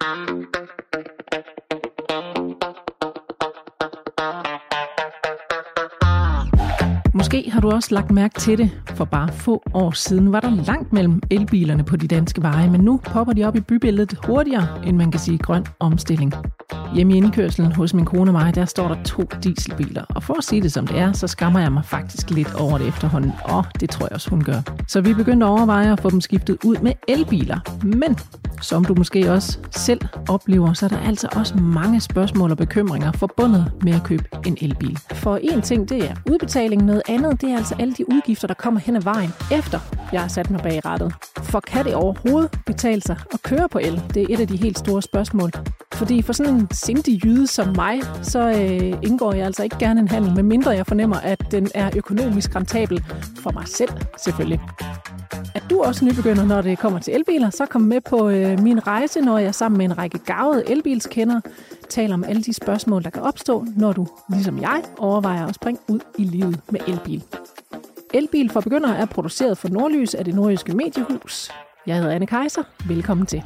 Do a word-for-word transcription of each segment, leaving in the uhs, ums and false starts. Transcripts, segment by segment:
Måske har du også lagt mærke til det. For bare få år siden var der langt mellem elbilerne på de danske veje, men nu popper de op i bybilledet hurtigere, end man kan sige grøn omstilling. Hjemme i indkørslen hos min kone og mig, der står der to dieselbiler. Og for at sige det som det er, så skammer jeg mig faktisk lidt over det efterhånden. Og det tror jeg også, hun gør. Så vi begyndte at overveje at få dem skiftet ud med elbiler. Men som du måske også selv oplever, så er der altså også mange spørgsmål og bekymringer forbundet med at købe en elbil. For en ting, det er udbetaling. Noget andet, det er altså alle de udgifter, der kommer hen ad vejen, efter jeg har sat mig bag rattet. For kan det overhovedet betale sig at køre på el? Det er et af de helt store spørgsmål. Fordi for sådan en sindig jyde som mig, så øh, indgår jeg altså ikke gerne en handel, medmindre jeg fornemmer, at den er økonomisk rentabel for mig selv, selvfølgelig. Er du også nybegynder, når det kommer til elbiler, så kom med på øh, min rejse, når jeg sammen med en række garvede elbilskendere taler om alle de spørgsmål, der kan opstå, når du, ligesom jeg, overvejer at springe ud i livet med elbil. Elbil for begyndere er produceret for Nordlys af det nordjyske mediehus. Jeg hedder Anne Kejser. Velkommen til.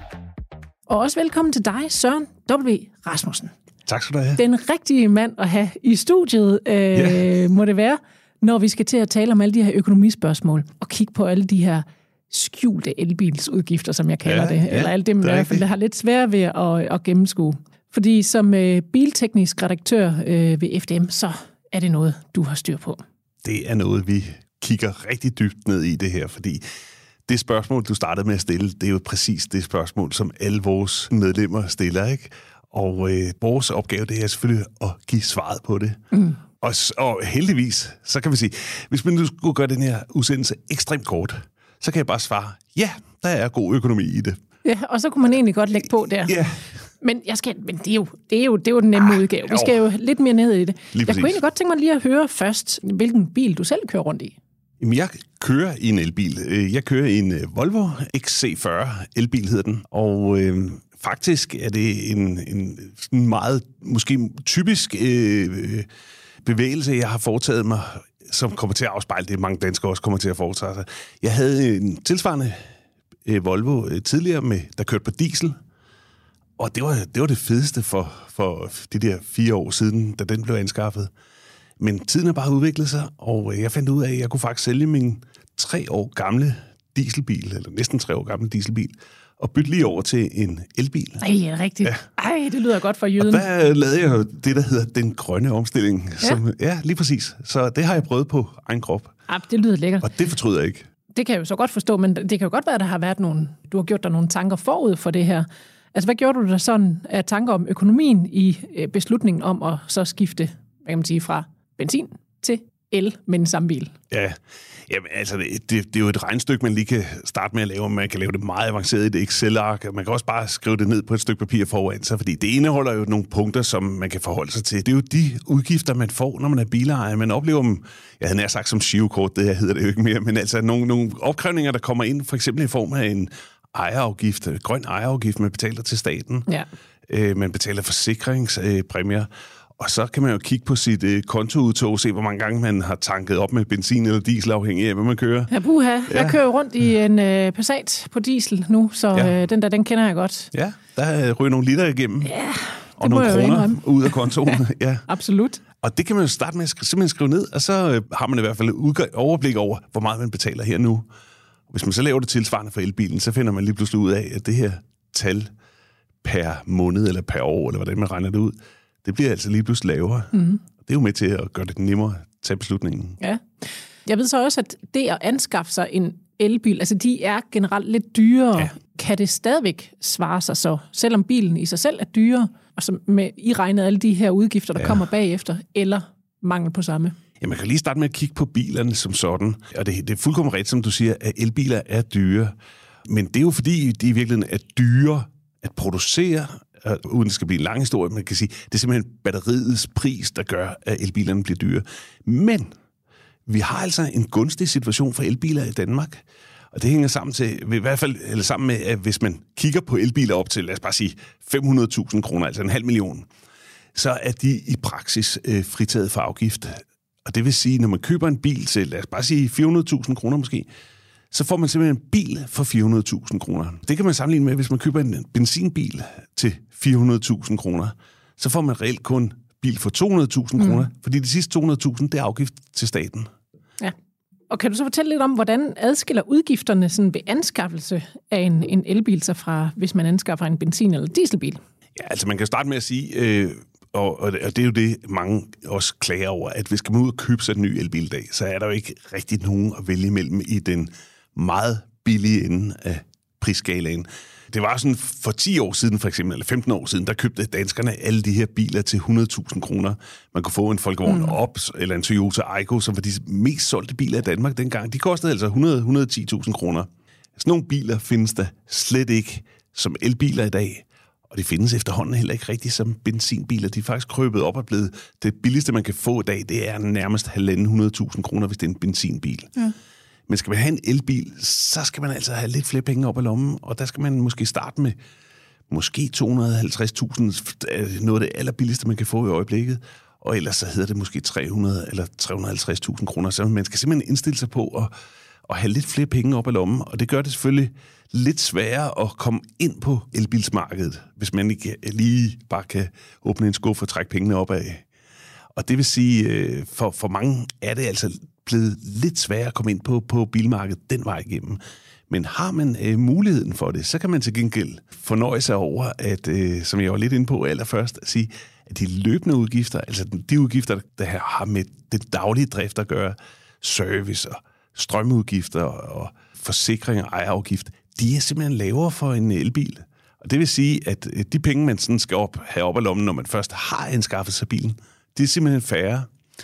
Og også velkommen til dig, Søren W. Rasmussen. Tak skal du have. Den rigtige mand at have i studiet, øh, yeah. må det være, når vi skal til at tale om alle de her økonomispørgsmål og kigge på alle de her skjulte elbilsudgifter, som jeg kalder ja, det. Eller ja, alt det, man i hvert fald har lidt svært ved at, at gennemskue. Fordi som øh, bilteknisk redaktør øh, ved F D M, så er det noget, du har styr på. Det er noget, vi kigger rigtig dybt ned i det her, fordi det spørgsmål, du startede med at stille, det er jo præcis det spørgsmål, som alle vores medlemmer stiller, ikke? Og øh, vores opgave, det er selvfølgelig at give svaret på det. Mm. Og, og heldigvis, så kan vi sige, hvis man nu skulle gøre den her udsendelse ekstremt kort, så kan jeg bare svare, ja, der er god økonomi i det. Ja, og så kunne man egentlig godt lægge på der. Ja. Men, jeg skal, men det, er jo, det, er jo, det er jo den nemme ah, udgave. Vi skal jo lidt mere ned i det. Jeg kunne egentlig godt tænke mig lige at høre først, hvilken bil du selv kører rundt i. Jamen, jeg kører i en elbil. Jeg kører i en Volvo X C fyrre. Elbil hedder den. Og øh, faktisk er det en, en, en meget, måske typisk øh, bevægelse, jeg har foretaget mig, som kommer til at afspejle det, mange danskere også kommer til at foretage sig. Jeg havde en tilsvarende øh, Volvo øh, tidligere, med, der kørte på diesel. Og det var det, var det fedeste for, for de der fire år siden, da den blev anskaffet. Men tiden har bare udviklet sig, og jeg fandt ud af, at jeg kunne faktisk sælge min tre år gamle dieselbil, eller næsten tre år gamle dieselbil, og bytte lige over til en elbil. Ej, er det rigtigt? Ja. Ej, det lyder godt for jyden. Og der lavede jeg jo det, der hedder den grønne omstilling. Ja. Som, ja, lige præcis. Så det har jeg prøvet på egen krop. Ja, det lyder lækkert. Og det fortryder jeg ikke. Det kan jeg jo så godt forstå, men det kan jo godt være, at der har været nogle, du har gjort dig nogle tanker forud for det her. Altså, hvad gjorde du der sådan af tanker om økonomien i beslutningen om at så skifte, hvad kan man sige, fra benzin til el med den samme bil? Ja, jamen, altså, det, det, det er jo et regnestykke, man lige kan starte med at lave. Man kan lave det meget avanceret i et Excel-ark. Man kan også bare skrive det ned på et stykke papir foran sig, fordi det indeholder jo nogle punkter, som man kan forholde sig til. Det er jo de udgifter, man får, når man er bilejer. Man oplever dem, jeg havde nær sagt som girokort, det her hedder det jo ikke mere, men altså nogle, nogle opkrævninger, der kommer ind, for eksempel i form af en ejerafgift, grøn ejerafgift, man betaler til staten. Ja. Øh, man betaler forsikringspræmier. Øh, Og så kan man jo kigge på sit øh, kontoudtog og se, hvor mange gange man har tanket op med benzin eller diesel, afhængig af, hvad man kører. Ja, buha. Ja. Jeg kører rundt i en øh, Passat på diesel nu, så ja. øh, den der, den kender jeg godt. Ja, der ryger nogle liter igennem. Ja, og nogle kroner ud af kontoen. ja, ja, absolut. Og det kan man jo starte med at sk- simpelthen skrive ned, og så øh, har man i hvert fald et overblik over, hvor meget man betaler her nu. Hvis man så laver det tilsvarende for elbilen, så finder man lige pludselig ud af, at det her tal per måned eller per år, eller hvordan man regner det ud, det bliver altså lige pludselig lavere. Mm-hmm. Det er jo med til at gøre det nemmere at tage beslutningen. Ja. Jeg ved så også, at det at anskaffe sig en elbil, altså de er generelt lidt dyrere. Ja. Kan det stadigvæk svare sig så, selvom bilen i sig selv er dyrere, og så med i regnet alle de her udgifter, der ja. kommer bagefter, eller mangel på samme? Ja, man kan lige starte med at kigge på bilerne som sådan. Og det, det er fuldkommen rigtigt, som du siger, at elbiler er dyre. Men det er jo fordi, de i virkeligheden er dyre at producere, uden det skal blive en lang historie, man kan sige, det er simpelthen batteriets pris, der gør, at elbilerne bliver dyre. Men vi har altså en gunstig situation for elbiler i Danmark, og det hænger sammen til, i hvert fald eller sammen med, at hvis man kigger på elbiler op til, lad os bare sige, fem hundrede tusind kroner, altså en halv million, så er de i praksis øh, fritaget for afgift. Og det vil sige, når man køber en bil til, lad os bare sige, fire hundrede tusind kroner måske, så får man simpelthen en bil for fire hundrede tusind kroner. Det kan man sammenligne med, hvis man køber en benzinbil til fire hundrede tusind kroner, så får man reelt kun bil for to hundrede tusind mm. kroner, fordi de sidste to hundrede tusind, det er afgift til staten. Ja. Og kan du så fortælle lidt om, hvordan adskiller udgifterne sådan ved anskaffelse af en, en elbil sig fra, hvis man anskaffer en benzin- eller dieselbil? Ja, altså man kan starte med at sige, øh, og, og det er jo det, mange også klager over, at hvis man ud og købe sig en ny elbil i dag, så er der jo ikke rigtig nogen at vælge imellem i den meget billige ende af prisskalaen. Det var sådan for ti år siden for eksempel, eller femten år siden, der købte danskerne alle de her biler til hundrede tusind kroner. Man kunne få en Volkswagen mm. Ops eller en Toyota Aygo, som var de mest solgte biler i Danmark dengang. De kostede altså hundrede til hundrede og ti tusind kroner. Sådan nogle biler findes der slet ikke som elbiler i dag, og de findes efterhånden heller ikke rigtigt som benzinbiler. De er faktisk krøbet op og blevet det billigste, man kan få i dag. Det er nærmest halvanden hundrede tusind kroner, hvis det er en benzinbil. Ja. Men skal man have en elbil, så skal man altså have lidt flere penge op i lommen, og der skal man måske starte med måske to hundrede og halvtreds tusind, noget af det allerbilligste, man kan få i øjeblikket, og ellers så hedder det måske tre hundrede eller tre hundrede og halvtreds tusind kroner. Så man skal simpelthen indstille sig på at, at have lidt flere penge op i lommen, og det gør det selvfølgelig lidt sværere at komme ind på elbilsmarkedet, hvis man ikke lige bare kan åbne en skuffe og trække pengene op af. Og det vil sige, for, for mange er det altså blevet lidt sværere at komme ind på, på bilmarkedet den vej igennem. Men har man øh, muligheden for det, så kan man til gengæld fornøje sig over, at, øh, som jeg var lidt inde på allerførst, at sige, at de løbende udgifter, altså de udgifter, der har med det daglige drift at gøre, service og strømudgifter og forsikring og ejerafgift, de er simpelthen lavere for en elbil. Og det vil sige, at de penge, man sådan skal op, have op ad lommen, når man først har anskaffet sig bilen, det er simpelthen færre.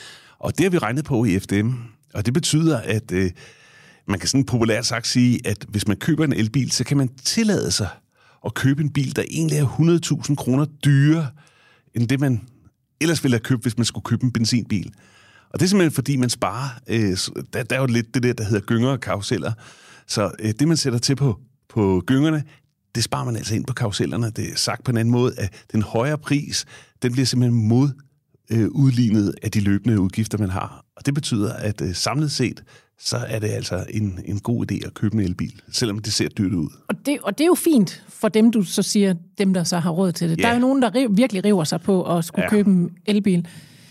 Og det har vi regnet på i F D M, og det betyder, at øh, man kan sådan populært sagt sige, at hvis man køber en elbil, så kan man tillade sig at købe en bil, der egentlig er hundrede tusind kroner dyrere, end det man ellers ville have købt, hvis man skulle købe en benzinbil. Og det er simpelthen, fordi man sparer, øh, der, der er jo lidt det der, der hedder gynger og karuseller, så øh, det, man sætter til på, på gyngerne, det sparer man altså ind på karusellerne. Det er sagt på en anden måde, at den højere pris, den bliver simpelthen mod øh, udlignet af de løbende udgifter, man har. Og det betyder, at øh, samlet set, så er det altså en, en god idé at købe en elbil, selvom det ser dyrt ud. Og det, og det er jo fint for dem, du så siger, dem der så har råd til det. Ja. Der er jo nogen, der riv, virkelig river sig på at skulle ja. købe en elbil.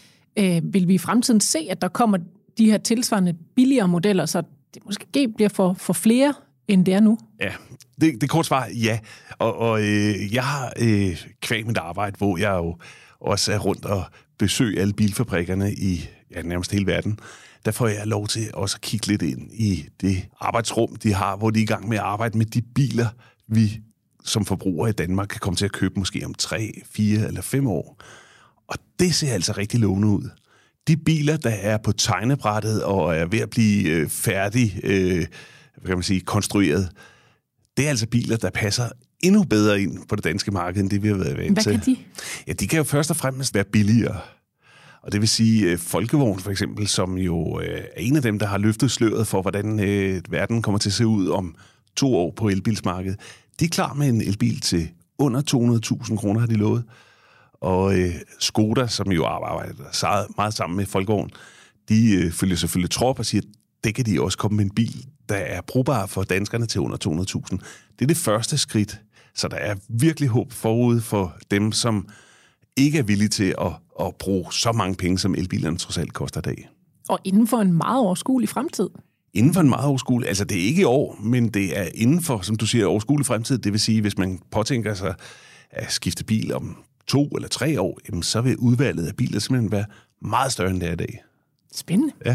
Øh, vil vi i fremtiden se, at der kommer de her tilsvarende billigere modeller, så det måske bliver for, for flere, end det er nu? Ja, det, det korte svar ja. Og, og øh, jeg har øh, kvæg mit arbejde, hvor jeg jo også er rundt og besøger alle bilfabrikkerne i ja, nærmest hele verden. Der får jeg lov til også at kigge lidt ind i det arbejdsrum, de har, hvor de er i gang med at arbejde med de biler, vi som forbrugere i Danmark kan komme til at købe måske om tre, fire eller fem år. Og det ser altså rigtig lovende ud. De biler, der er på tegnebrættet og er ved at blive øh, færdig, øh, hvad kan man sige, konstrueret, det er altså biler, der passer endnu bedre ind på det danske marked, end det vi har været vant til. Hvad kan de? Ja, de kan jo først og fremmest være billigere. Og det vil sige, uh, Folkevogn for eksempel, som jo uh, er en af dem, der har løftet sløret for, hvordan uh, verden kommer til at se ud om to år på elbilsmarkedet. De er klar med en elbil til under to hundrede tusind kroner, har de lovet. Og uh, Skoda, som jo arbejder meget sammen med Folkevogn, de uh, følger selvfølgelig trop og siger, at det kan de også komme med en bil, der er brugbar for danskerne til under to hundrede tusind. Det er det første skridt, så der er virkelig håb forud for dem, som ikke er villige til at, at bruge så mange penge, som elbilerne trods alt koster i dag. Og inden for en meget overskuelig fremtid? Inden for en meget overskuelig, altså det er ikke i år, men det er inden for, som du siger, overskuelig fremtid. Det vil sige, hvis man påtænker sig at skifte bil om to eller tre år, jamen, så vil udvalget af biler simpelthen være meget større, end det er i dag. Spændende. Ja.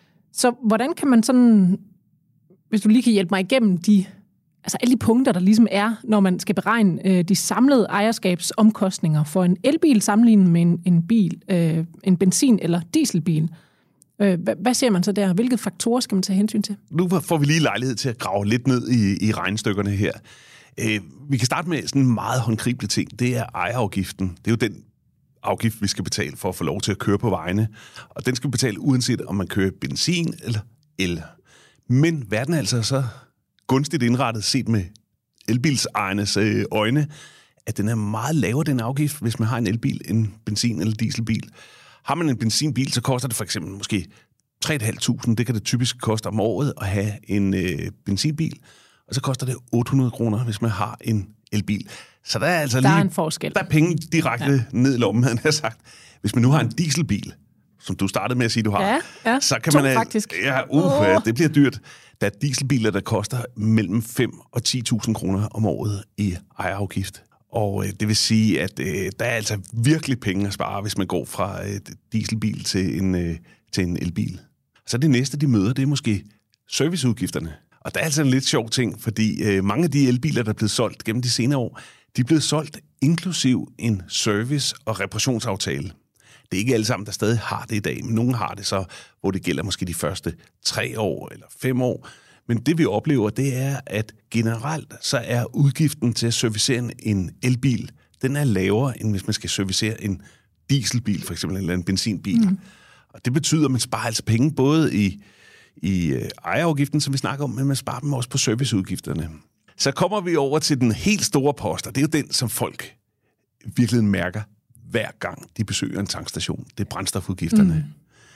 Så hvordan kan man sådan, hvis du lige kan hjælpe mig igennem de, altså alle de punkter, der ligesom er, når man skal beregne øh, de samlede ejerskabsomkostninger for en elbil sammenlignet med en, en bil, øh, en benzin- eller dieselbil. Øh, hvad, hvad ser man så der? Hvilke faktorer skal man tage hensyn til? Nu får vi lige lejlighed til at grave lidt ned i, i regnestykkerne her. Øh, vi kan starte med sådan en meget håndgribelig ting. Det er ejerafgiften. Det er jo den afgift, vi skal betale for at få lov til at køre på vejene. Og den skal vi betale uanset om man kører benzin eller el. Men verden er altså så gunstigt indrettet set med elbilsejernes øh, øjne, at den er meget lavere, den afgift, hvis man har en elbil, en benzin- eller dieselbil. Har man en benzinbil, så koster det for eksempel måske tre tusind fem hundrede, det kan det typisk koste om året at have en øh, benzinbil, og så koster det otte hundrede kroner, hvis man har en elbil. Så der er altså der lige... er en forskel. Der er penge direkte ja. ned i lommen, han har sagt. Hvis man nu har en dieselbil, som du startede med at sige, du har, ja, ja. så kan Tung, man... faktisk. Ja, uh, oh. det bliver dyrt. Der er dieselbiler, der koster mellem fem og ti tusind kroner om året i ejerafgift. Og øh, det vil sige, at øh, der er altså virkelig penge at spare, hvis man går fra et dieselbil til en, øh, til en elbil. Så det næste, de møder, det er måske serviceudgifterne. Og der er altså en lidt sjov ting, fordi øh, mange af de elbiler, der er blevet solgt gennem de senere år, de er blevet solgt inklusiv en service- og reparationsaftale. Det er ikke alle sammen, der stadig har det i dag, men nogen har det så, hvor det gælder måske de første tre år eller fem år. Men det vi oplever, det er, at generelt så er udgiften til at servicere en elbil, den er lavere, end hvis man skal servicere en dieselbil, for eksempel, eller en benzinbil. Mm. Og det betyder, at man sparer altså penge både i, i ejerafgiften, som vi snakker om, men man sparer dem også på serviceudgifterne. Så kommer vi over til den helt store post, og det er jo den, som folk virkelig mærker hver gang de besøger en tankstation. Det er brændstofudgifterne. Mm.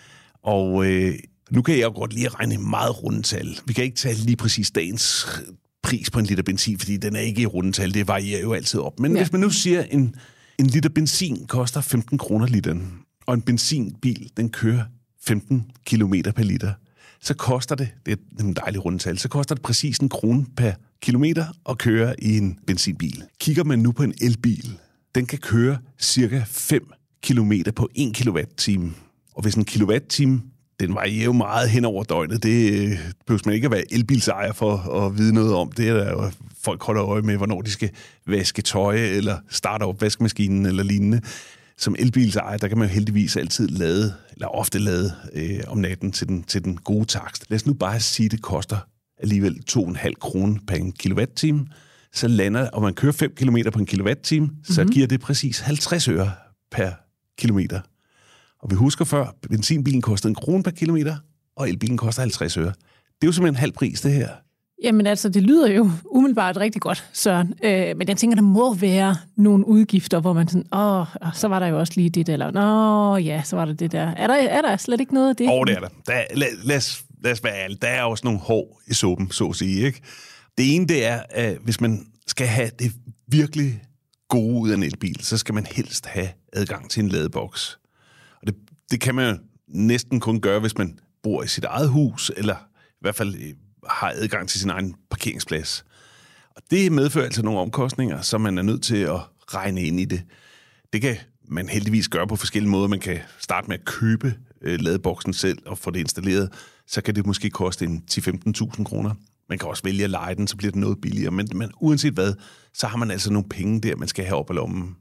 Og øh, nu kan jeg jo godt lige regne meget rundetal. Vi kan ikke tage lige præcis dagens pris på en liter benzin, fordi den er ikke i rundetal. Det varierer jo altid op. Men ja. hvis man nu siger, at en, en liter benzin koster femten kroner literen, og en benzinbil, den kører femten kilometer per liter, så koster det, det er en dejlig rundetal, så koster det præcis en krone per kilometer at køre i en benzinbil. Kigger man nu på en elbil, den kan køre cirka fem kilometer på en kilowatt-time. Og hvis en kilowatt-time, den varierer jo meget hen over døgnet. Det behøver man ikke at være elbilsejer for at vide noget om. Det er der jo, folk holder øje med, hvornår de skal vaske tøj, eller starte op vaskemaskinen, eller lignende. Som elbilsejer, der kan man jo heldigvis altid lade, eller ofte lade øh, om natten til den, til den gode takst. Lad os nu bare sige, at det koster alligevel to komma fem kroner per en kilowatt-time. Så lander, og man kører fem kilometer på en kilowatt-time, så mm-hmm. giver det præcis halvtreds øre per kilometer. Og vi husker før, benzinbilen kostede en krone per kilometer, og elbilen koster halvtreds øre. Det er jo simpelthen halv pris, det her. Jamen altså, det lyder jo umiddelbart rigtig godt, Søren. Øh, men jeg tænker, der må være nogle udgifter, hvor man sådan, åh, så var der jo også lige det der, eller nå, ja, så var der det der. Er der, er der slet ikke noget af det? Åh, oh, det er der. der er, lad, lad, os, lad os være ærlige. Der er også nogle hår i suppen, så at sige, ikke? Det ene, det er, at hvis man skal have det virkelig gode ud af en elbil, så skal man helst have adgang til en ladeboks. Og det, det kan man jo næsten kun gøre, hvis man bor i sit eget hus, eller i hvert fald har adgang til sin egen parkeringsplads. Og det medfører altså nogle omkostninger, som man er nødt til at regne ind i det. Det kan man heldigvis gøre på forskellige måder. Man kan starte med at købe øh, ladeboksen selv og få det installeret. Så kan det måske koste en ti til femten tusind kroner. Man kan også vælge at leje den, så bliver det noget billigere. Men, men uanset hvad, så har man altså nogle penge der, man skal have op ad lommen.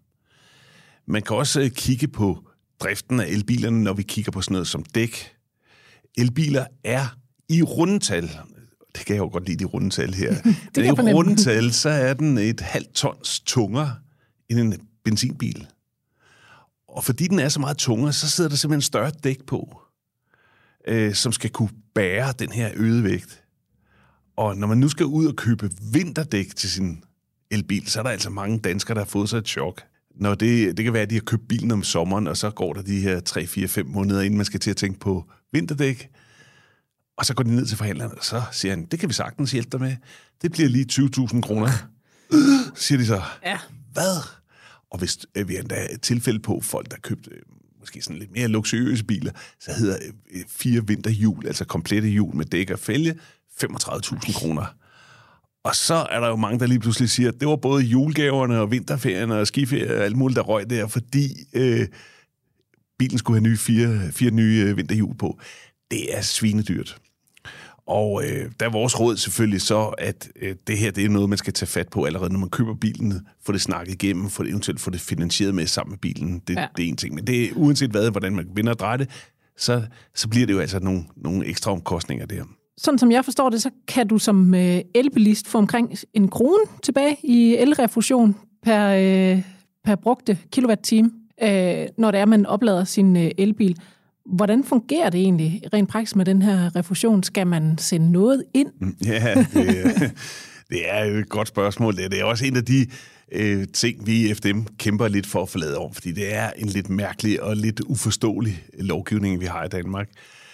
Man kan også øh, kigge på driften af elbilerne, når vi kigger på sådan noget som dæk. Elbiler er i rundetal, det kan jeg jo godt lide, de rundetal her, men i rundetal, så er den et halvt tons tungere end en benzinbil. Og fordi den er så meget tungere, så sidder der simpelthen større dæk på, øh, som skal kunne bære den her øgede vægt. Og når man nu skal ud og købe vinterdæk til sin elbil, så er der altså mange danskere, der har fået sig et chok. Når det, det kan være, at de har købt bilen om sommeren, og så går der de her tre, fire, fem måneder, inden man skal til at tænke på vinterdæk. Og så går de ned til forhandleren, og så siger han, det kan vi sagtens hjælpe dig med. Det bliver lige tyve tusind kroner. Øh, siger de så. Ja. Hvad? Og hvis øh, vi endda et tilfælde på folk, der købte øh, måske sådan lidt mere luksuriøse biler, så hedder øh, fire vinterhjul, altså komplette hjul med dæk og fælge, femogtredive tusind kroner. Og så er der jo mange, der lige pludselig siger, at det var både julegaverne og vinterferierne og skiferie og alt muligt, der røg der, fordi øh, bilen skulle have nye fire, fire nye øh, vinterhjul på. Det er svinedyrt. Og øh, der er vores råd selvfølgelig så, at øh, det her det er noget, man skal tage fat på allerede, når man køber bilen, få det snakket igennem, få det eventuelt få det finansieret med sammen med bilen. Det, ja. det er en ting. Men det er uanset hvad, hvordan man vinder og drejer det, så, så bliver det jo altså nogle, nogle ekstra omkostninger der. Sådan som jeg forstår det, så kan du som øh, elbilist få omkring en krone tilbage i elrefusion per, øh, per brugte kilowatt-time, øh, når det er, man oplader sin øh, elbil. Hvordan fungerer det egentlig rent praktisk med den her refusion? Skal man sende noget ind? Ja, det, det er jo et godt spørgsmål. Det er også en af de øh, ting, vi i F D M kæmper lidt for at få lavet om, fordi det er en lidt mærkelig og lidt uforståelig lovgivning, vi har i Danmark.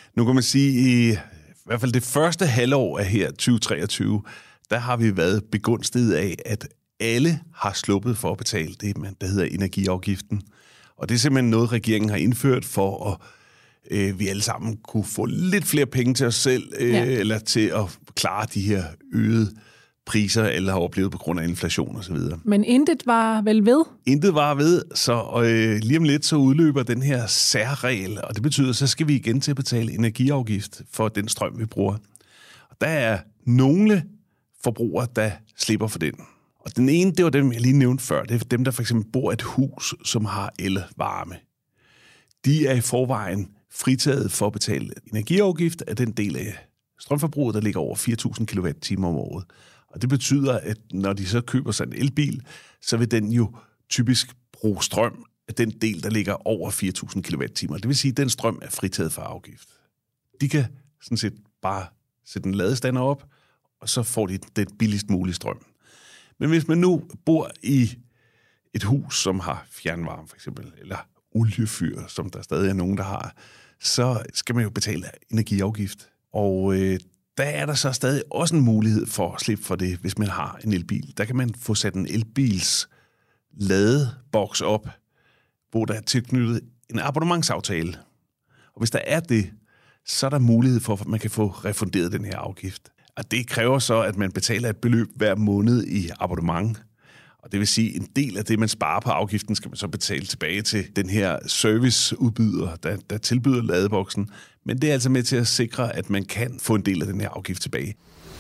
Nu kan man sige, i I hvert fald det første halvår af her tyve treogtyve, der har vi været begunstiget af, at alle har sluppet for at betale det, der hedder energiafgiften. Og det er simpelthen noget, regeringen har indført for, at øh, vi alle sammen kunne få lidt flere penge til os selv, øh, ja. eller til at klare de her øgede priser, eller har oplevet på grund af inflation osv. Men intet var vel ved? Intet var ved, så øh, lige om lidt så udløber den her særregel, og det betyder, så skal vi igen til at betale energiafgift for den strøm, vi bruger. Og der er nogle forbrugere, der slipper for den. Og den ene, det var dem, jeg lige nævnte før. Det er dem, der for eksempel bor i et hus, som har elvarme. De er i forvejen fritaget for at betale energiafgift af den del af strømforbruget, der ligger over fire tusind kilowatt-timer om året. Og det betyder, at når de så køber sig en elbil, så vil den jo typisk bruge strøm af den del, der ligger over fire tusind kilowatt-timer. Det vil sige, at den strøm er fritaget for afgift. De kan sådan set bare sætte en ladestander op, og så får de den billigst mulige strøm. Men hvis man nu bor i et hus, som har fjernvarme for eksempel, eller oliefyr, som der stadig er nogen, der har, så skal man jo betale energiafgift. Og øh, der er der så stadig også en mulighed for at slippe for det, hvis man har en elbil. Der kan man få sat en elbils ladeboks op, hvor der er tilknyttet en abonnementsaftale. Og hvis der er det, så er der mulighed for, at man kan få refunderet den her afgift. Og det kræver så, at man betaler et beløb hver måned i abonnement. Og det vil sige, at en del af det, man sparer på afgiften, skal man så betale tilbage til den her serviceudbyder, der, der tilbyder ladeboksen. Men det er altså med til at sikre, at man kan få en del af den her afgift tilbage.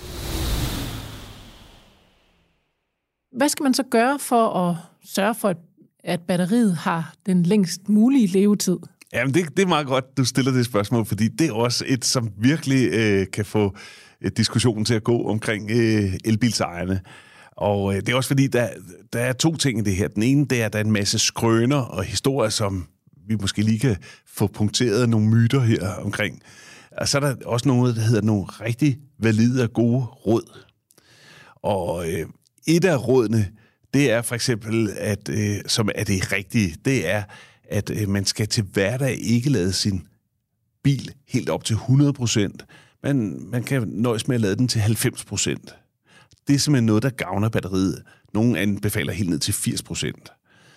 Hvad skal man så gøre for at sørge for, at batteriet har den længst mulige levetid? Jamen, det, det er meget godt, du stiller det spørgsmål, fordi det er også et, som virkelig øh, kan få øh, diskussionen til at gå omkring øh, elbilsejerne. Og øh, det er også fordi, der, der er to ting i det her. Den ene, det er, at der er en masse skrøner og historier, som vi måske lige kan få punkteret nogle myter her omkring. Og så er der også noget, der hedder nogle rigtig valide og gode råd. Og øh, et af rådene, det er for eksempel, at, øh, som er det rigtige, det er, at øh, man skal til hverdag ikke lade sin bil helt op til hundrede procent. Men man kan nøjes med at lade den til halvfems procent. Det er simpelthen noget, der gavner batteriet. Nogle anbefaler helt ned til firs procent.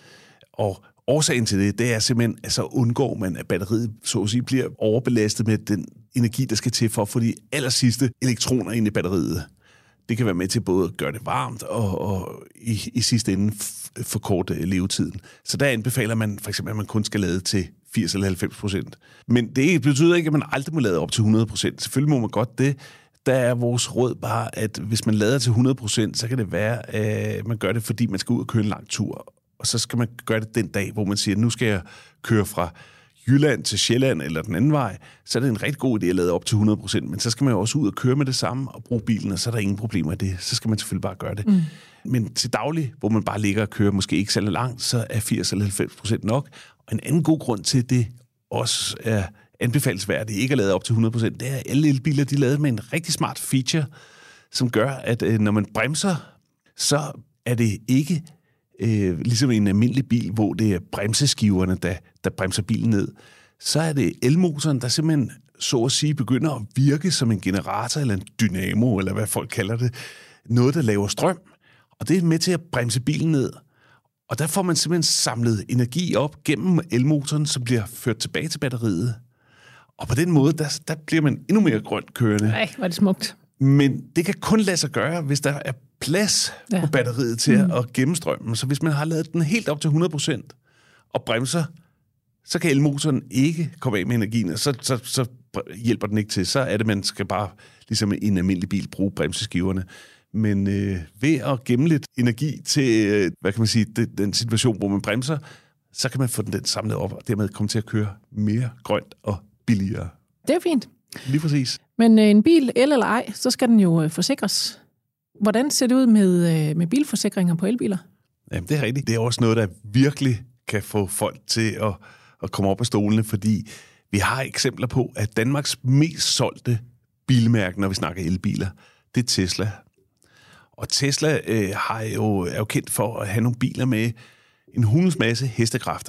Og årsagen til det, det er simpelthen, at så undgår man, at batteriet så at sige bliver overbelastet med den energi, der skal til for at få de allersidste elektroner ind i batteriet. Det kan være med til både at gøre det varmt og, og i, i sidste ende forkorte levetiden. Så der anbefaler man for eksempel, at man kun skal lade til firs eller halvfems procent. Men det betyder ikke, at man aldrig må lade op til hundrede procent. Selvfølgelig må man godt det. Der er vores råd bare, at hvis man lader til hundrede procent, så kan det være, at man gør det, fordi man skal ud og køre en lang tur. Og så skal man gøre det den dag, hvor man siger, nu skal jeg køre fra Jylland til Sjælland eller den anden vej. Så er det en rigtig god idé at lade op til hundrede procent. Men så skal man jo også ud og køre med det samme og bruge bilen, og så er der ingen problemer i det. Så skal man selvfølgelig bare gøre det. Mm. Men til daglig, hvor man bare ligger og kører måske ikke særlig langt, så er firs eller halvfems procent nok. Og en anden god grund til, det også er anbefalesværdigt ikke at lade op til hundrede procent, det er, at alle elbiler, de er lavet med en rigtig smart feature, som gør, at øh, når man bremser, så er det ikke øh, ligesom en almindelig bil, hvor det er bremseskiverne, der, der bremser bilen ned. Så er det elmotoren, der simpelthen, så at sige, begynder at virke som en generator eller en dynamo, eller hvad folk kalder det. Noget, der laver strøm. Og det er med til at bremse bilen ned. Og der får man simpelthen samlet energi op gennem elmotoren, som bliver ført tilbage til batteriet. Og på den måde, der, der bliver man endnu mere grønt kørende. Nej, var det smukt. Men det kan kun lade sig gøre, hvis der er plads ja. på batteriet til mm. at gemme strømmen. Så hvis man har lavet den helt op til hundrede procent og bremser, så kan elmotoren ikke komme af med energien, og så, så, så hjælper den ikke til. Så er det, man skal bare, ligesom i en almindelig bil, bruge bremseskiverne. Men øh, ved at gemme lidt energi til, øh, hvad kan man sige, det, den situation, hvor man bremser, så kan man få den samlet op, og dermed komme til at køre mere grønt og billigere. Det er fint. Lige præcis. Men øh, en bil, el eller ej, så skal den jo øh, forsikres. Hvordan ser det ud med, øh, med bilforsikringer på elbiler? Jamen, det er rigtigt. Det er også noget, der virkelig kan få folk til at, at komme op af stolene, fordi vi har eksempler på, at Danmarks mest solgte bilmærke, når vi snakker elbiler, det er Tesla. Og Tesla øh, har jo, er jo kendt for at have nogle biler med en hundens masse hestekræfter.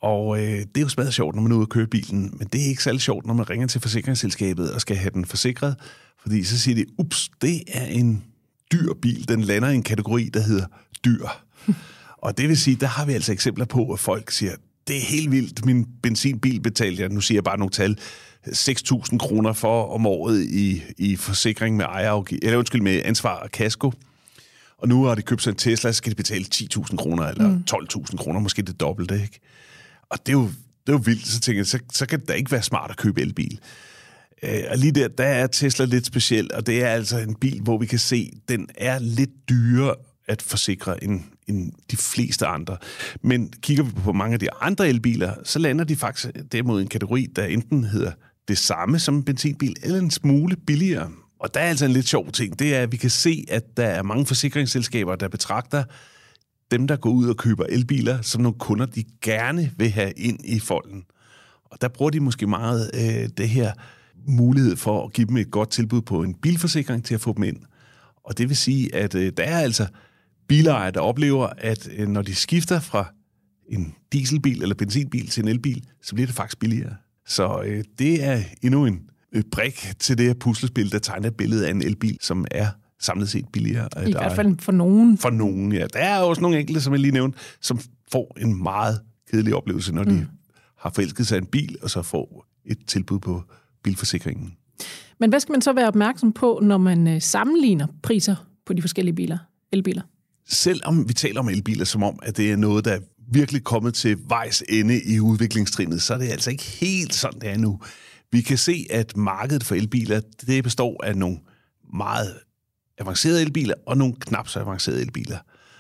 Og øh, det er jo smadret sjovt, når man er ude og køre bilen, men det er ikke særlig sjovt, når man ringer til forsikringsselskabet og skal have den forsikret, fordi så siger de, ups, det er en dyr bil, den lander i en kategori, der hedder dyr. Og det vil sige, der har vi altså eksempler på, at folk siger, det er helt vildt, min benzinbil betalte jeg, nu siger jeg bare nogle tal, seks tusind kroner for om året i, i forsikring med ejerafgift, eller undskyld, med ansvar og kasko. Og nu har de købt sig en Tesla, så skal de betale ti tusind kroner, eller mm. tolv tusind kroner, måske det dobbelte, ikke? Og det er jo, det er jo vildt, så tænker jeg, så, så kan det da ikke være smart at købe elbil. Øh, og lige der, der er Tesla lidt speciel, og det er altså en bil, hvor vi kan se, den er lidt dyrere at forsikre end, end de fleste andre. Men kigger vi på mange af de andre elbiler, så lander de faktisk derimod en kategori, der enten hedder det samme som en benzinbil, eller en smule billigere. Og der er altså en lidt sjov ting, det er, at vi kan se, at der er mange forsikringsselskaber, der betragter dem, der går ud og køber elbiler, som nogle kunder, de gerne vil have ind i folden. Og der bruger de måske meget øh, det her mulighed for at give dem et godt tilbud på en bilforsikring til at få dem ind. Og det vil sige, at øh, der er altså bilejere, der oplever, at øh, når de skifter fra en dieselbil eller benzinbil til en elbil, så bliver det faktisk billigere. Så øh, det er endnu en øh, brik til det her puslespil, der tegner et billede af en elbil, som er samlet set billigere. I hvert fald for nogen. For nogen, ja. Der er også nogle enkelte, som jeg lige nævnte, som får en meget kedelig oplevelse, når mm. de har forelsket sig en bil, og så får et tilbud på bilforsikringen. Men hvad skal man så være opmærksom på, når man sammenligner priser på de forskellige biler, elbiler? Selvom vi taler om elbiler, som om, at det er noget, der er virkelig kommet til vejs ende i udviklingstrinnet, så er det altså ikke helt sådan, det er nu. Vi kan se, at markedet for elbiler, det består af nogle meget avancerede elbiler og nogle knap så avancerede elbiler.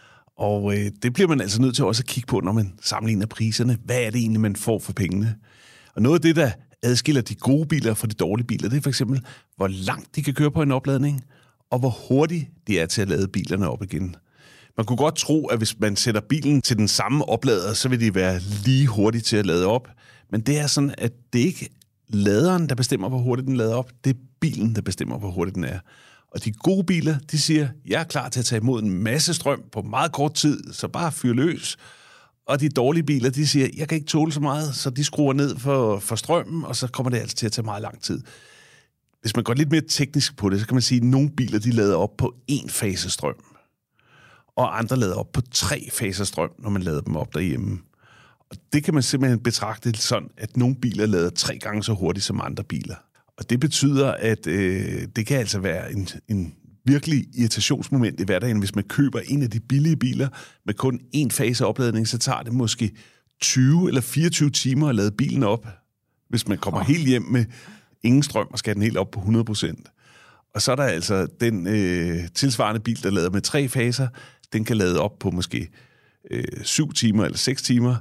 Og øh, det bliver man altså nødt til også at kigge på, når man sammenligner priserne. Hvad er det egentlig, man får for pengene? Og noget af det, der adskiller de gode biler fra de dårlige biler, det er for eksempel, hvor langt de kan køre på en opladning, og hvor hurtigt de er til at lade bilerne op igen. Man kunne godt tro, at hvis man sætter bilen til den samme oplader, så vil de være lige hurtigt til at lade op. Men det er sådan, at det ikke er laderen, der bestemmer, hvor hurtigt den lader op. Det er bilen, der bestemmer, hvor hurtigt den er. Og de gode biler, de siger, jeg er klar til at tage imod en masse strøm på meget kort tid, så bare fyr løs. Og de dårlige biler, de siger, jeg kan ikke tåle så meget, så de skruer ned for, for strømmen, og så kommer det altså til at tage meget lang tid. Hvis man går lidt mere teknisk på det, så kan man sige, at nogle biler, de lader op på én fase strøm, og andre lader op på tre faser strøm, når man lader dem op derhjemme. Og det kan man simpelthen betragte sådan, at nogle biler lader tre gange så hurtigt som andre biler. Og det betyder, at øh, det kan altså være en, en virkelig irritationsmoment i hverdagen. Hvis man køber en af de billige biler med kun én fase opladning, så tager det måske tyve eller fireogtyve timer at lade bilen op, hvis man kommer oh. helt hjem med ingen strøm og skal den helt op på hundrede procent. Og så er der altså den øh, tilsvarende bil, der lader med tre faser, den kan lade op på måske øh, syv timer eller seks timer.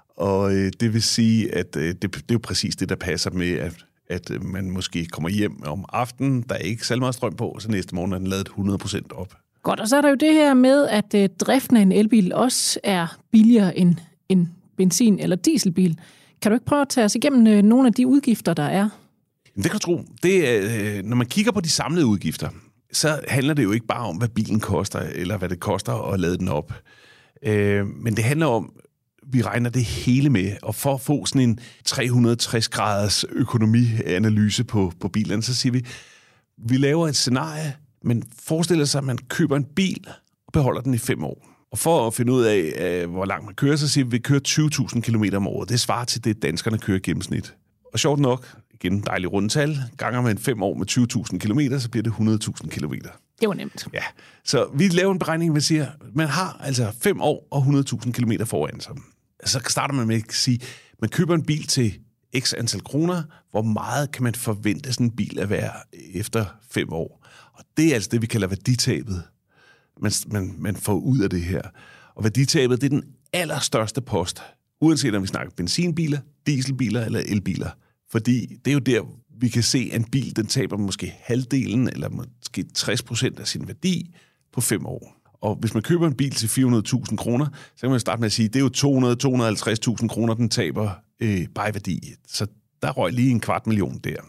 Og øh, det vil sige, at øh, det, det er jo præcis det, der passer med, at at man måske kommer hjem om aftenen, der er ikke særlig meget strøm på, og så næste morgen er den ladet hundrede procent op. Godt, og så er der jo det her med, at øh, driften af en elbil også er billigere end en benzin- eller dieselbil. Kan du ikke prøve at tage os igennem øh, nogle af de udgifter, der er? Det kan du tro. Det, øh, når man kigger på de samlede udgifter, så handler det jo ikke bare om, hvad bilen koster, eller hvad det koster at lade den op. Øh, men det handler om, vi regner det hele med, og for at få sådan en tre hundrede og tres graders økonomianalyse på, på bilerne, så siger vi, vi laver et scenarie, men forestiller sig, at man køber en bil og beholder den i fem år. Og for at finde ud af, hvor langt man kører, så siger vi, at vi kører tyve tusind kilometer om året. Det svarer til det, danskerne kører i gennemsnit. Og sjovt nok, igen en dejlig rundtal, ganger man fem år med tyve tusind kilometer, så bliver det hundrede tusind kilometer. Det var nemt. Ja, så vi laver en beregning, hvor vi siger, man har altså fem år og hundrede tusind kilometer foran sig. Så starter man med at sige, man køber en bil til x antal kroner, hvor meget kan man forvente sådan en bil at være efter fem år? Og det er altså det, vi kalder værditabet, man, man, man får ud af det her. Og værditabet, det er den allerstørste post, uanset om vi snakker benzinbiler, dieselbiler eller elbiler. Fordi det er jo der, vi kan se, at en bil, den taber måske halvdelen eller måske tres procent af sin værdi på fem år. Og hvis man køber en bil til fire hundrede tusind kroner, så kan man starte med at sige, at det er jo to hundrede til to hundrede og halvtreds tusind kroner, den taber øh, bare i værdi. Så der røg lige en kvart million der.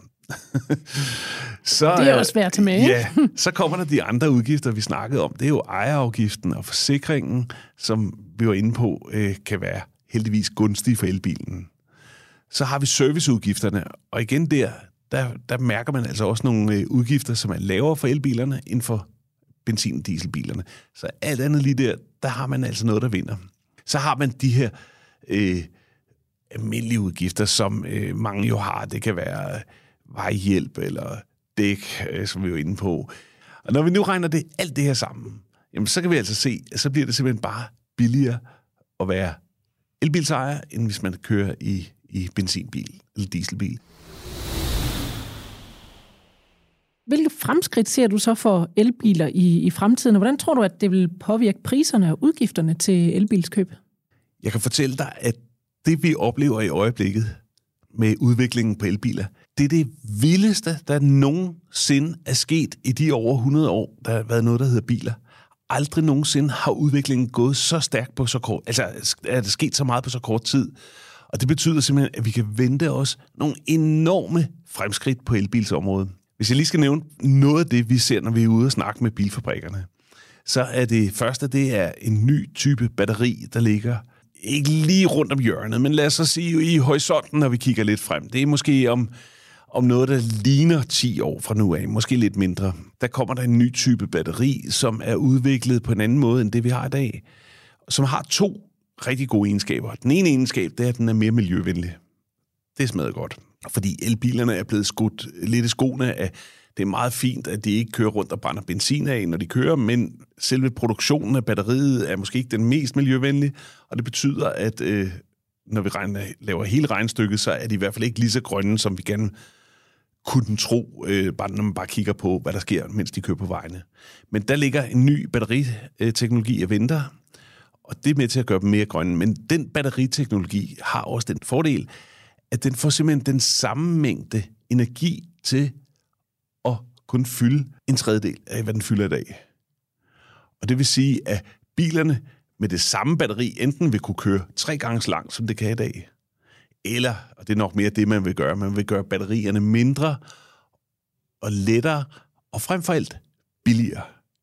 så, det er også svært til med. Ja, så kommer der de andre udgifter, vi snakkede om. Det er jo ejerafgiften og forsikringen, som vi var inde på, øh, kan være heldigvis gunstige for elbilen. Så har vi serviceudgifterne, og igen der, der, der mærker man altså også nogle øh, udgifter, som er lavere for elbilerne end for benzin- og dieselbilerne. Så alt andet lige der, der har man altså noget, der vinder. Så har man de her øh, almindelige udgifter, som øh, mange jo har. Det kan være vejhjælp eller dæk, øh, som vi er jo inde på. Og når vi nu regner det alt det her sammen, jamen, så kan vi altså se, at så bliver det simpelthen bare billigere at være elbilsejer, end hvis man kører i, i benzinbil eller dieselbil. Hvilke fremskridt ser du så for elbiler i, i fremtiden, og hvordan tror du, at det vil påvirke priserne og udgifterne til elbilskøb? Jeg kan fortælle dig, at det vi oplever i øjeblikket med udviklingen på elbiler, det er det vildeste, der nogensinde er sket i de over hundrede år, der har været noget, der hedder biler. Aldrig nogensinde har udviklingen gået så stærkt på så kort, altså er det sket så meget på så kort tid. Og det betyder simpelthen, at vi kan vente os nogle enorme fremskridt på elbilsområdet. Hvis jeg lige skal nævne noget af det, vi ser, når vi er ude og snakke med bilfabrikkerne, så er det første, det er en ny type batteri, der ligger ikke lige rundt om hjørnet, men lad os så sige i horisonten, når vi kigger lidt frem. Det er måske om, om noget, der ligner ti år fra nu af, måske lidt mindre. Der kommer der en ny type batteri, som er udviklet på en anden måde, end det vi har i dag, som har to rigtig gode egenskaber. Den ene egenskab, det er, at den er mere miljøvenlig. Det smager godt, fordi elbilerne er blevet skudt lidt i skoene af, det er meget fint, at de ikke kører rundt og brænder benzin af, når de kører, men selve produktionen af batteriet er måske ikke den mest miljøvenlige, og det betyder, at øh, når vi regner, laver hele regnestykket, så er de i hvert fald ikke lige så grønne, som vi gerne kunne tro, øh, bare når man bare kigger på, hvad der sker, mens de kører på vejene. Men der ligger en ny batteriteknologi og venter, og det er med til at gøre dem mere grønne. Men den batteriteknologi har også den fordel, at den får simpelthen den samme mængde energi til at kunne fylde en tredjedel af, hvad den fylder i dag. Og det vil sige, at bilerne med det samme batteri enten vil kunne køre tre gange så langt, som det kan i dag, eller, og det er nok mere det, man vil gøre, man vil gøre batterierne mindre og lettere, og frem for alt billigere.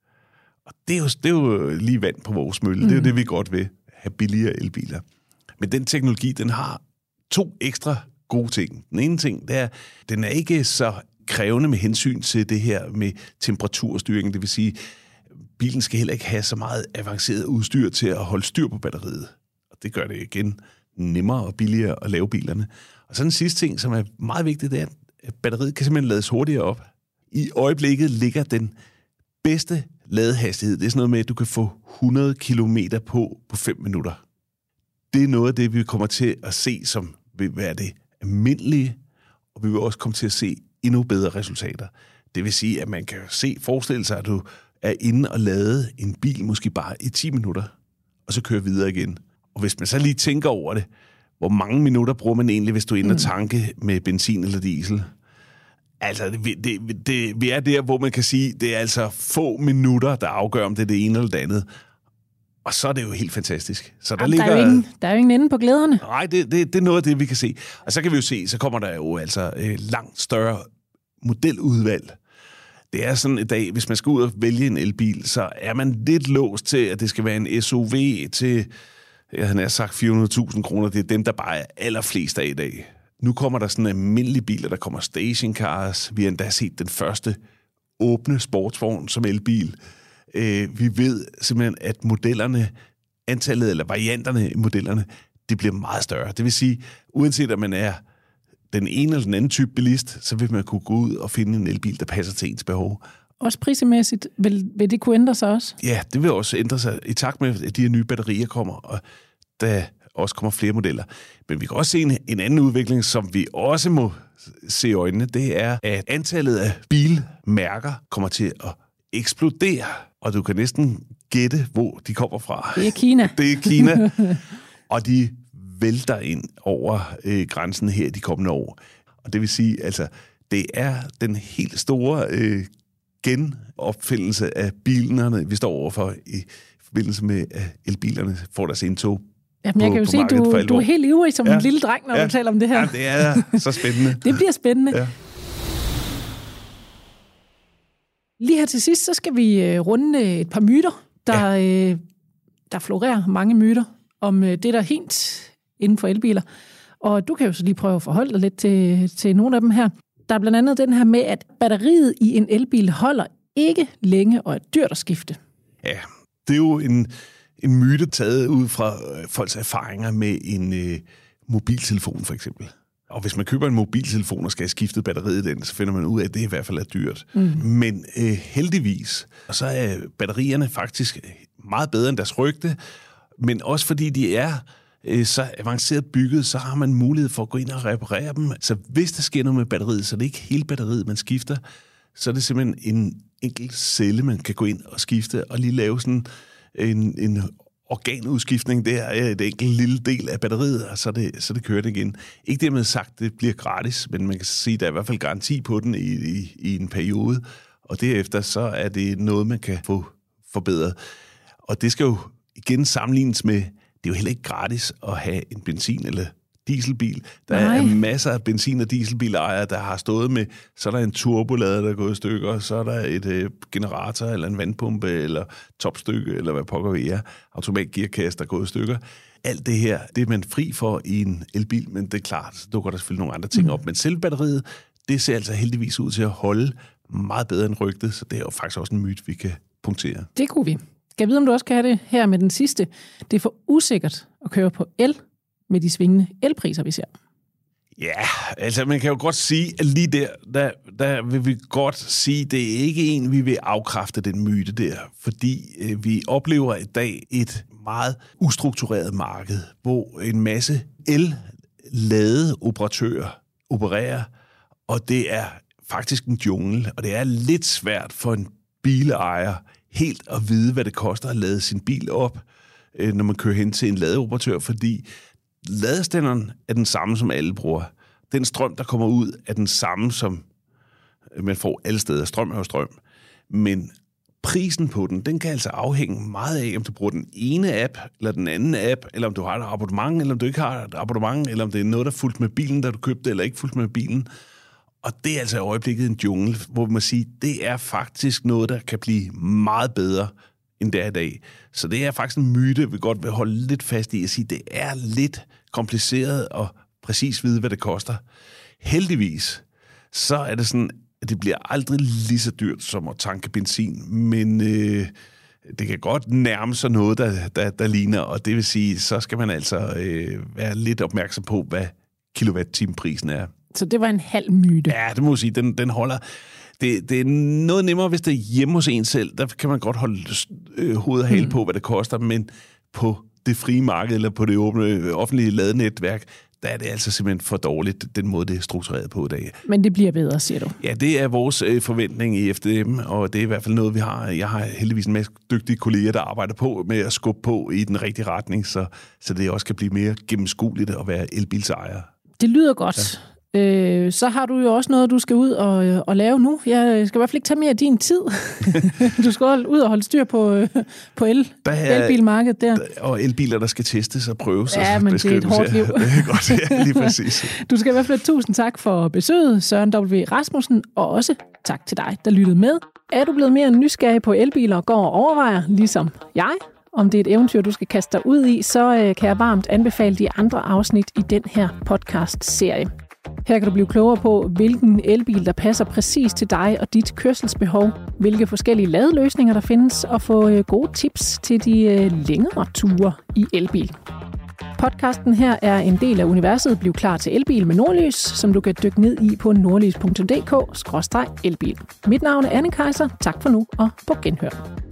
Og det er jo, det er jo lige vand på vores mølle. Mm. Det er jo det, vi godt vil have billigere elbiler. Men den teknologi, den har to ekstra gode ting. Den ene ting, det er, den er ikke så krævende med hensyn til det her med temperaturstyring. Det vil sige, bilen skal heller ikke have så meget avanceret udstyr til at holde styr på batteriet. Og det gør det igen nemmere og billigere at lave bilerne. Og så den sidste ting, som er meget vigtigt, det er, at batteriet kan simpelthen lades hurtigere op. I øjeblikket ligger den bedste ladehastighed. Det er sådan noget med, at du kan få hundrede kilometer på på fem minutter. Det er noget af det, vi kommer til at se, som vil være det almindelige, og vi vil også komme til at se endnu bedre resultater. Det vil sige, at man kan se, forestille sig, at du er inde og lade en bil måske bare i ti minutter, og så kører videre igen. Og hvis man så lige tænker over det, hvor mange minutter bruger man egentlig, hvis du er inde og tanke med benzin eller diesel? Altså, det, det, det, vi er der, hvor man kan sige, det er altså få minutter, der afgør, om det er det ene eller det andet. Og så er det jo helt fantastisk. Så der, Jamen, ligger, der, er jo ingen, der er jo ingen ende på glæderne. Nej, det, det, det er noget af det, vi kan se. Og så kan vi jo se, så kommer der jo altså øh, langt større modeludvalg. Det er sådan i dag, hvis man skal ud og vælge en elbil, så er man lidt låst til, at det skal være en S U V til, jeg havde sagt fire hundrede tusind kroner. Det er dem, der bare er allerflest af i dag. Nu kommer der sådan almindelige biler, der kommer stationcars. Vi har endda set den første åbne sportsvogn som elbil. Øh, vi ved simpelthen, at modellerne, antallet eller varianterne i modellerne, det bliver meget større. Det vil sige, uanset om man er den ene eller den anden type bilist, så vil man kunne gå ud og finde en elbil, der passer til ens behov. Også prismæssigt, vil, vil det kunne ændre sig også? Ja, det vil også ændre sig i takt med, at de her nye batterier kommer, og der også kommer flere modeller. Men vi kan også se en, en anden udvikling, som vi også må se i øjnene, det er, at antallet af bilmærker kommer til at eksplodere, og du kan næsten gætte, hvor de kommer fra. Det er Kina. Det er Kina, og de vælter ind over øh, grænsen her de kommende år. Og det vil sige, altså, det er den helt store øh, genopfindelse af bilerne, vi står overfor i forbindelse med, at elbilerne får deres indtog. Jamen, jeg kan jo se, at du, du er helt ivrig som ja. en lille dreng, når ja. du taler om det her. Ja, det er så spændende. Det bliver spændende. Ja. Lige her til sidst, så skal vi runde et par myter. Der, ja. øh, der florerer mange myter om det, der helt inden for elbiler. Og du kan jo så lige prøve at forholde dig lidt til, til nogle af dem her. Der er blandt andet den her med, at batteriet i en elbil holder ikke længe og er dyrt at skifte. Ja, det er jo en, en myte taget ud fra folks erfaringer med en øh, mobiltelefon for eksempel. Og hvis man køber en mobiltelefon og skal have skiftet batteriet i den, så finder man ud af, at det i hvert fald er dyrt. Mm. Men øh, heldigvis, så er batterierne faktisk meget bedre end deres rygte, men også fordi de er øh, så avanceret bygget, så har man mulighed for at gå ind og reparere dem. Så hvis der sker noget med batteriet, så er det ikke hele batteriet, man skifter, så er det simpelthen en enkelt celle, man kan gå ind og skifte, og lige lave sådan en, en organudskiftning. Det er et enkelt lille del af batteriet, og så er det, så det kører det igen. Ikke dermed sagt, at det bliver gratis, men man kan sige, at der er i hvert fald garanti på den i, i, i en periode, og derefter så er det noget, man kan få forbedret. Og det skal jo igen sammenlignes med, det er jo heller ikke gratis at have en benzin- eller dieselbil. Der Nej. er masser af benzin- og dieselbilejere, der har stået med, så er der en turbolader, der er gået i stykker, så er der et øh, generator, eller en vandpumpe, eller topstykke, eller hvad pokker vi er, automatgearkasse, der er gået i stykker. Alt det her, det er man fri for i en elbil, men det er klart, så dukker der selvfølgelig nogle andre ting mm. op. Men selve batteriet, det ser altså heldigvis ud til at holde meget bedre end rygtet, så det er jo faktisk også en myte, vi kan punktere. Det kunne vi. Skal jeg vide, om du også kan have det her med den sidste? Det er for usikkert at køre på el, med de svingende elpriser, vi ser. Ja, altså man kan jo godt sige, at lige der, der, der vil vi godt sige, at det er ikke en, vi vil afkræfte den myte der, fordi øh, vi oplever i dag et meget ustruktureret marked, hvor en masse el-ladeoperatører opererer, og det er faktisk en jungle, og det er lidt svært for en bilejer helt at vide, hvad det koster at lade sin bil op, øh, når man kører hen til en ladeoperatør, fordi ladestanderen er den samme, som alle bruger. Den strøm, der kommer ud, er den samme, som man får alle steder. Strøm er jo strøm. Men prisen på den, den kan altså afhænge meget af, om du bruger den ene app, eller den anden app, eller om du har et abonnement, eller om du ikke har et abonnement, eller om det er noget, der er fuldt med bilen, da du købte, eller ikke fuldt med bilen. Og det er altså i øjeblikket en jungle, hvor man siger, det er faktisk noget, der kan blive meget bedre, end det er i dag. Så det er faktisk en myte, vi godt vil holde lidt fast i at sige, det er lidt kompliceret at præcis vide, hvad det koster. Heldigvis, så er det sådan, at det bliver aldrig lige så dyrt som at tanke benzin, men øh, det kan godt nærme sig noget, der, der, der ligner, og det vil sige, så skal man altså øh, være lidt opmærksom på, hvad kilowatt-time-prisen er. Så det var en halv myte? Ja, det må jeg sige, den, den holder. Det, det er noget nemmere, hvis det er hjemme hos en selv. Der kan man godt holde øh, hoved og hale mm. på, hvad det koster, men på det frie marked eller på det åbne offentlige ladenetværk, der er det altså simpelthen for dårligt, den måde, det er struktureret på i dag. Men det bliver bedre, siger du? Ja, det er vores øh, forventning i F D M, og det er i hvert fald noget, vi har. Jeg har heldigvis en masse dygtige kolleger, der arbejder på med at skubbe på i den rigtige retning, så, så det også kan blive mere gennemskueligt at være elbilsejer. Det lyder godt. Ja. Øh, så har du jo også noget, du skal ud og, og lave nu. Jeg skal i hvert fald ikke tage mere af din tid. Du skal ud og holde styr på, på el, der er, elbilmarkedet der. Og elbiler, der skal testes og prøves. Ja, men det er et hårdt liv. Det er godt, ja, lige præcis. Du skal i hvert fald tusind tak for besøget, Søren W. Rasmussen, og også tak til dig, der lyttede med. Er du blevet mere nysgerrig på elbiler og går og overvejer, ligesom jeg, om det er et eventyr, du skal kaste dig ud i, så kan jeg varmt anbefale de andre afsnit i den her podcast-serie. Her kan du blive klogere på, hvilken elbil, der passer præcis til dig og dit kørselsbehov, hvilke forskellige ladeløsninger der findes, og få gode tips til de længere ture i elbil. Podcasten her er en del af universet Bliv klar til elbil med Nordlys, som du kan dykke ned i på nordlys punktum d k skråstreg elbil. Mit navn er Anne Kaiser. Tak for nu og på genhør.